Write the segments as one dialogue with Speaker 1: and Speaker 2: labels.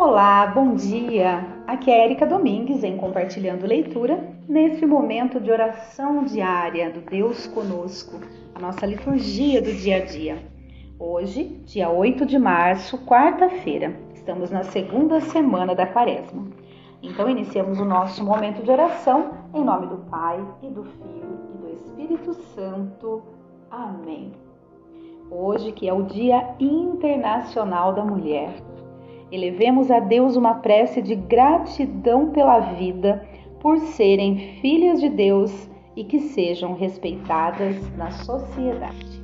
Speaker 1: Olá, bom dia! Aqui é Érica Domingues em Compartilhando Leitura, nesse momento de oração diária do Deus Conosco, a nossa liturgia do dia a dia. Hoje, dia 8 de março, quarta-feira, estamos na segunda semana da Quaresma. Então, iniciamos o nosso momento de oração em nome do Pai, e do Filho, e do Espírito Santo. Amém. Hoje, que é o Dia Internacional da Mulher, elevemos a Deus uma prece de gratidão pela vida, por serem filhas de Deus e que sejam respeitadas na sociedade.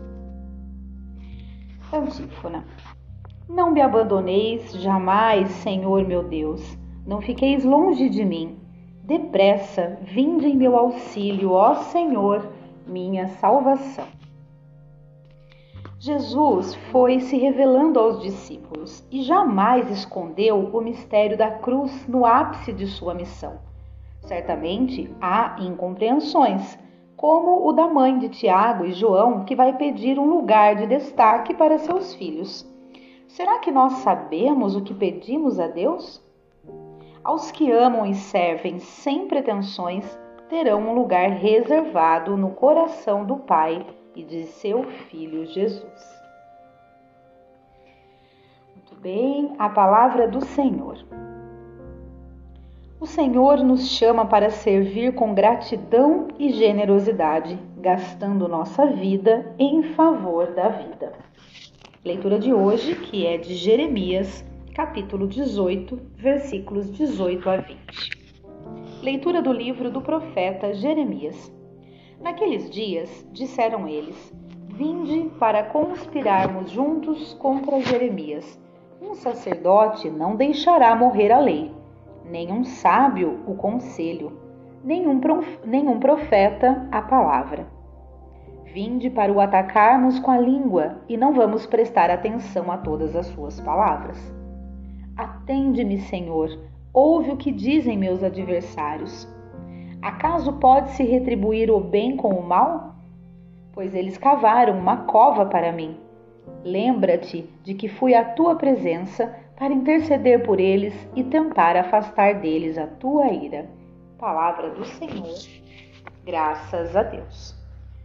Speaker 1: Antífona. Não me abandoneis jamais, Senhor meu Deus, não fiqueis longe de mim. Depressa, vinde em meu auxílio, ó Senhor, minha salvação. Jesus foi se revelando aos discípulos e jamais escondeu o mistério da cruz no ápice de sua missão. Certamente há incompreensões, como o da mãe de Tiago e João, que vai pedir um lugar de destaque para seus filhos. Será que nós sabemos o que pedimos a Deus? Aos que amam e servem sem pretensões, terão um lugar reservado no coração do Pai e de seu Filho Jesus. Muito bem, a palavra do Senhor. O Senhor nos chama para servir com gratidão e generosidade, gastando nossa vida em favor da vida. Leitura de hoje, que é de Jeremias, capítulo 18, versículos 18 a 20. Leitura do livro do profeta Jeremias. Naqueles dias, disseram eles, vinde para conspirarmos juntos contra Jeremias. Um sacerdote não deixará morrer a lei, nem um sábio o conselho, nenhum profeta a palavra. Vinde para o atacarmos com a língua e não vamos prestar atenção a todas as suas palavras. Atende-me, Senhor, ouve o que dizem meus adversários. Acaso pode-se retribuir o bem com o mal? Pois eles cavaram uma cova para mim. Lembra-te de que fui à tua presença para interceder por eles e tentar afastar deles a tua ira. Palavra do Senhor. Graças a Deus.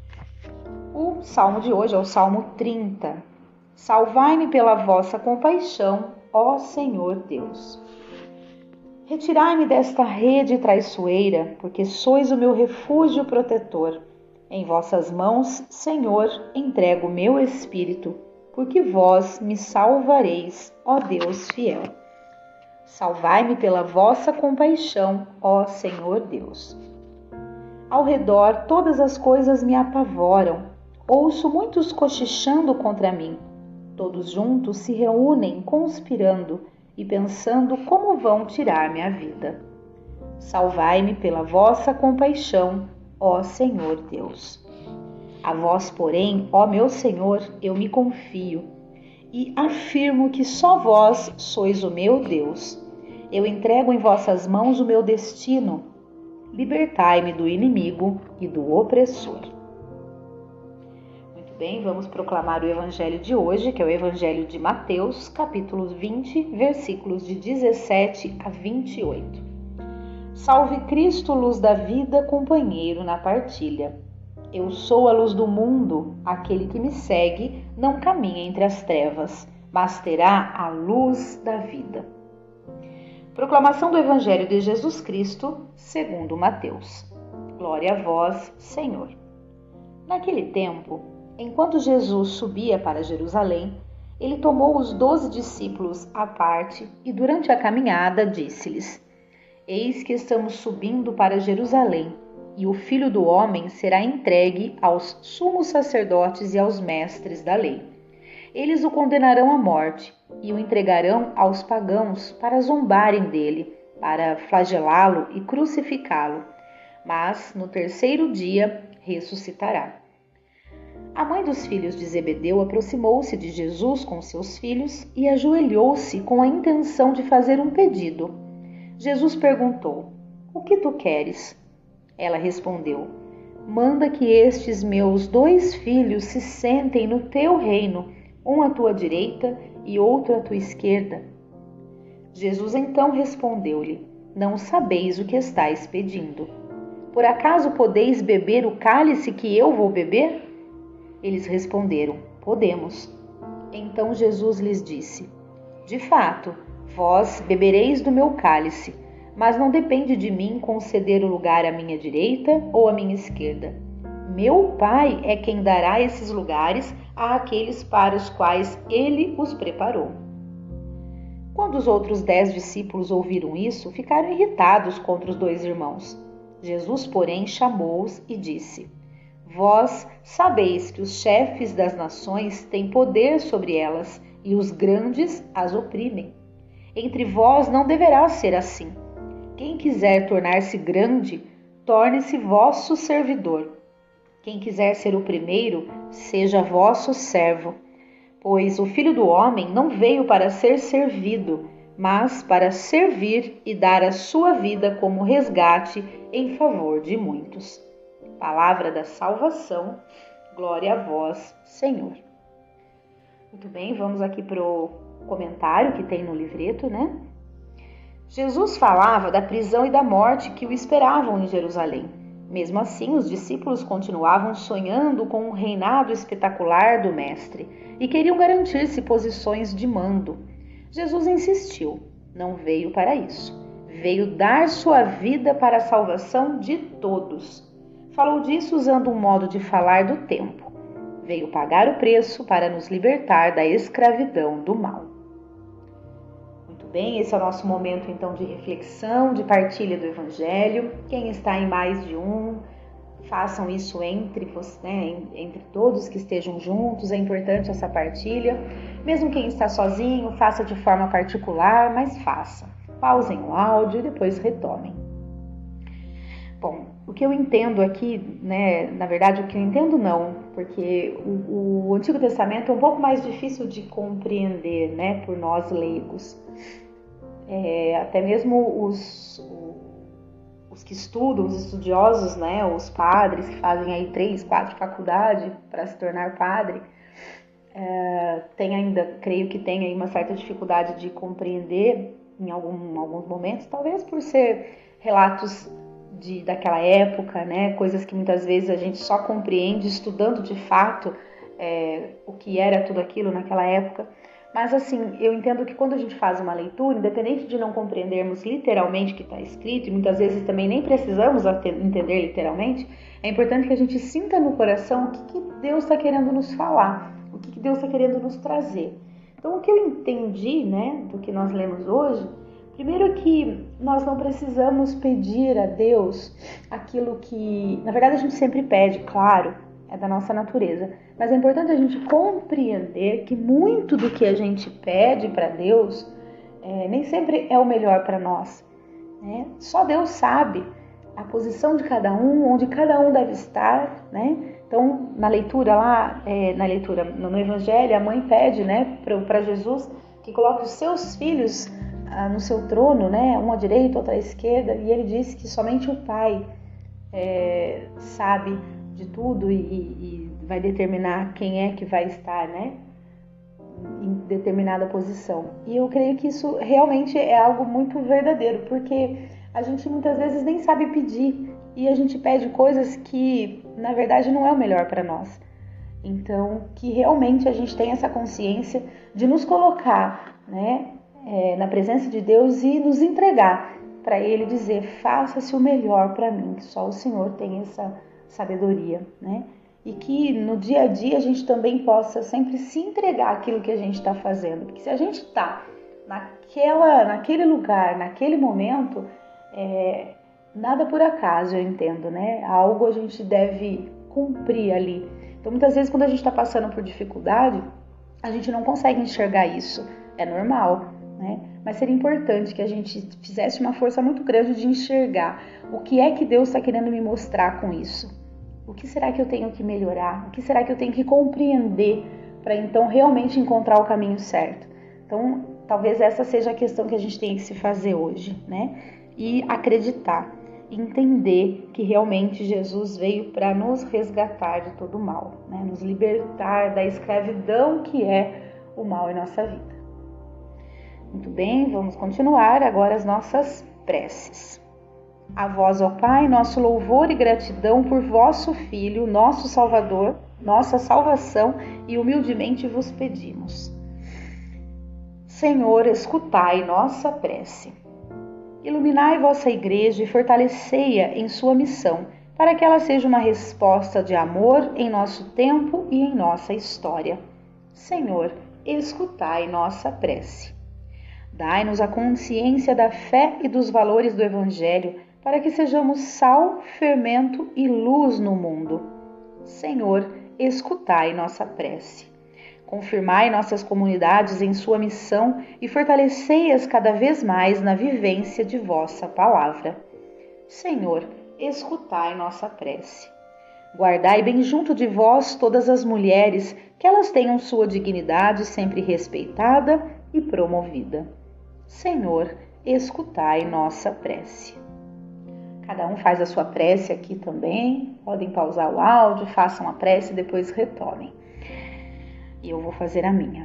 Speaker 1: O salmo de hoje é o Salmo 30. Salvai-me pela vossa compaixão, ó Senhor Deus. Retirai-me desta rede traiçoeira, porque sois o meu refúgio protetor. Em vossas mãos, Senhor, entrego o meu espírito, porque vós me salvareis, ó Deus fiel. Salvai-me pela vossa compaixão, ó Senhor Deus. Ao redor todas as coisas me apavoram, ouço muitos cochichando contra mim. Todos juntos se reúnem conspirando, e pensando como vão tirar-me a vida. Salvai-me pela vossa compaixão, ó Senhor Deus. A vós, porém, ó meu Senhor, eu me confio, e afirmo que só vós sois o meu Deus. Eu entrego em vossas mãos o meu destino. Libertai-me do inimigo e do opressor. Bem, vamos proclamar o Evangelho de hoje, que é o Evangelho de Mateus, capítulo 20, versículos de 17 a 28. Salve Cristo, luz da vida, companheiro na partilha. Eu sou a luz do mundo, aquele que me segue não caminha entre as trevas, mas terá a luz da vida. Proclamação do Evangelho de Jesus Cristo, segundo Mateus. Glória a vós, Senhor. Naquele tempo, enquanto Jesus subia para Jerusalém, ele tomou os 12 discípulos à parte e durante a caminhada disse-lhes, eis que estamos subindo para Jerusalém e o Filho do Homem será entregue aos sumos sacerdotes e aos mestres da lei. Eles o condenarão à morte e o entregarão aos pagãos para zombarem dele, para flagelá-lo e crucificá-lo, mas no terceiro dia ressuscitará. A mãe dos filhos de Zebedeu aproximou-se de Jesus com seus filhos e ajoelhou-se com a intenção de fazer um pedido. Jesus perguntou, o que tu queres? Ela respondeu, manda que estes meus 2 filhos se sentem no teu reino, um à tua direita e outro à tua esquerda. Jesus então respondeu-lhe: Não sabeis o que estáis pedindo. Por acaso podeis beber o cálice que eu vou beber? Eles responderam: Podemos. Então Jesus lhes disse: De fato, vós bebereis do meu cálice, mas não depende de mim conceder o lugar à minha direita ou à minha esquerda. Meu Pai é quem dará esses lugares àqueles para os quais ele os preparou. Quando os outros 10 discípulos ouviram isso, ficaram irritados contra os 2 irmãos. Jesus, porém, chamou-os e disse: Vós sabeis que os chefes das nações têm poder sobre elas e os grandes as oprimem. Entre vós não deverá ser assim. Quem quiser tornar-se grande, torne-se vosso servidor. Quem quiser ser o primeiro, seja vosso servo. Pois o Filho do Homem não veio para ser servido, mas para servir e dar a sua vida como resgate em favor de muitos. Palavra da salvação, glória a vós, Senhor. Muito bem, vamos aqui para o comentário que tem no livreto, né? Jesus falava da prisão e da morte que o esperavam em Jerusalém. Mesmo assim, os discípulos continuavam sonhando com um reinado espetacular do Mestre e queriam garantir-se posições de mando. Jesus insistiu, não veio para isso. Veio dar sua vida para a salvação de todos. Falou disso usando um modo de falar do tempo. Veio pagar o preço para nos libertar da escravidão do mal. Muito bem, esse é o nosso momento então de reflexão, de partilha do Evangelho. Quem está em mais de um, façam isso entre todos que estejam juntos. É importante essa partilha. Mesmo quem está sozinho, faça de forma particular, mas faça. Pausem o áudio e depois retomem. Bom, o que eu entendo aqui, na verdade o que eu entendo não, porque o Antigo Testamento é um pouco mais difícil de compreender, por nós leigos. Até mesmo os que estudam, os estudiosos, os padres que fazem aí 3, 4 faculdades para se tornar padre, creio que tem aí uma certa dificuldade de compreender em alguns momentos, talvez por ser relatos daquela época, coisas que muitas vezes a gente só compreende estudando de fato o que era tudo aquilo naquela época. Mas assim, eu entendo que quando a gente faz uma leitura, independente de não compreendermos literalmente o que está escrito, e muitas vezes também nem precisamos entender literalmente, é importante que a gente sinta no coração o que Deus está querendo nos falar, o que Deus está querendo nos trazer. Então, o que eu entendi, do que nós lemos hoje, primeiro que nós não precisamos pedir a Deus aquilo que, na verdade, a gente sempre pede, claro, é da nossa natureza. Mas é importante a gente compreender que muito do que a gente pede para Deus nem sempre é o melhor para nós. Só Deus sabe a posição de cada um, onde cada um deve estar, Então, na leitura lá, no Evangelho, a mãe pede, para Jesus que coloque os seus filhos no seu trono, um à direita, outro à esquerda, e ele disse que somente o Pai sabe de tudo e vai determinar quem é que vai estar, em determinada posição. E eu creio que isso realmente é algo muito verdadeiro, porque a gente muitas vezes nem sabe pedir e a gente pede coisas que, na verdade, não é o melhor para nós. Então, que realmente a gente tenha essa consciência de nos colocar, na presença de Deus e nos entregar para Ele, dizer: faça-se o melhor para mim, que só o Senhor tem essa sabedoria, E que no dia a dia a gente também possa sempre se entregar àquilo que a gente está fazendo, porque se a gente está naquele lugar, naquele momento, nada por acaso, eu entendo, Algo a gente deve cumprir ali. Então, muitas vezes, quando a gente está passando por dificuldade, a gente não consegue enxergar isso. É normal, Mas seria importante que a gente fizesse uma força muito grande de enxergar o que é que Deus está querendo me mostrar com isso. O que será que eu tenho que melhorar? O que será que eu tenho que compreender para então realmente encontrar o caminho certo? Então, talvez essa seja a questão que a gente tem que se fazer hoje, E acreditar, entender que realmente Jesus veio para nos resgatar de todo o mal, Nos libertar da escravidão que é o mal em nossa vida. Muito bem, vamos continuar agora as nossas preces. A vós, ó Pai, nosso louvor e gratidão por vosso Filho, nosso Salvador, nossa salvação, e humildemente vos pedimos. Senhor, escutai nossa prece. Iluminai vossa Igreja e fortalecei-a em sua missão, para que ela seja uma resposta de amor em nosso tempo e em nossa história. Senhor, escutai nossa prece. Dai-nos a consciência da fé e dos valores do Evangelho, para que sejamos sal, fermento e luz no mundo. Senhor, escutai nossa prece. Confirmai nossas comunidades em sua missão e fortalecei-as cada vez mais na vivência de vossa palavra. Senhor, escutai nossa prece. Guardai bem junto de vós todas as mulheres, que elas tenham sua dignidade sempre respeitada e promovida. Senhor, escutai nossa prece. Cada um faz a sua prece aqui também. Podem pausar o áudio, façam a prece e depois retomem. E eu vou fazer a minha.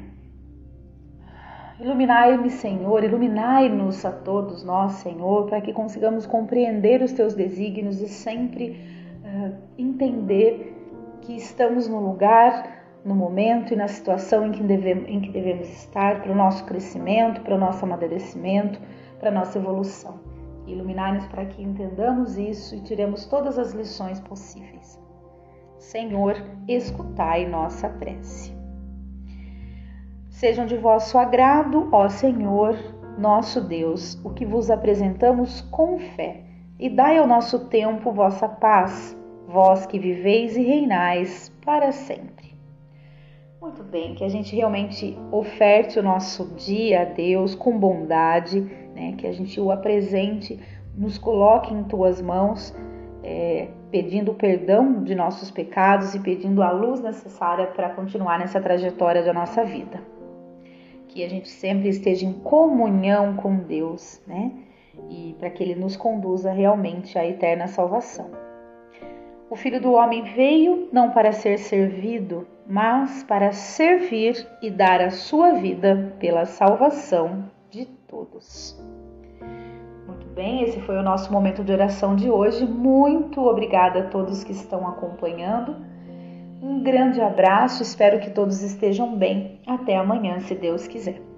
Speaker 1: Iluminai-me, Senhor, iluminai-nos a todos nós, Senhor, para que consigamos compreender os teus desígnios e sempre entender que estamos no lugar, no momento e na situação em que devemos estar para o nosso crescimento, para o nosso amadurecimento, para a nossa evolução. Iluminai-nos para que entendamos isso e tiremos todas as lições possíveis. Senhor, escutai nossa prece. Sejam de vosso agrado, ó Senhor, nosso Deus, o que vos apresentamos com fé, e dai ao nosso tempo vossa paz, vós que viveis e reinais para sempre. Muito bem, que a gente realmente oferte o nosso dia a Deus com bondade, né? Que a gente o apresente, nos coloque em tuas mãos, pedindo perdão de nossos pecados e pedindo a luz necessária para continuar nessa trajetória da nossa vida. Que a gente sempre esteja em comunhão com Deus, né? E para que Ele nos conduza realmente à eterna salvação. O Filho do Homem veio não para ser servido, mas para servir e dar a sua vida pela salvação de todos. Muito bem, esse foi o nosso momento de oração de hoje. Muito obrigada a todos que estão acompanhando. Um grande abraço, espero que todos estejam bem. Até amanhã, se Deus quiser.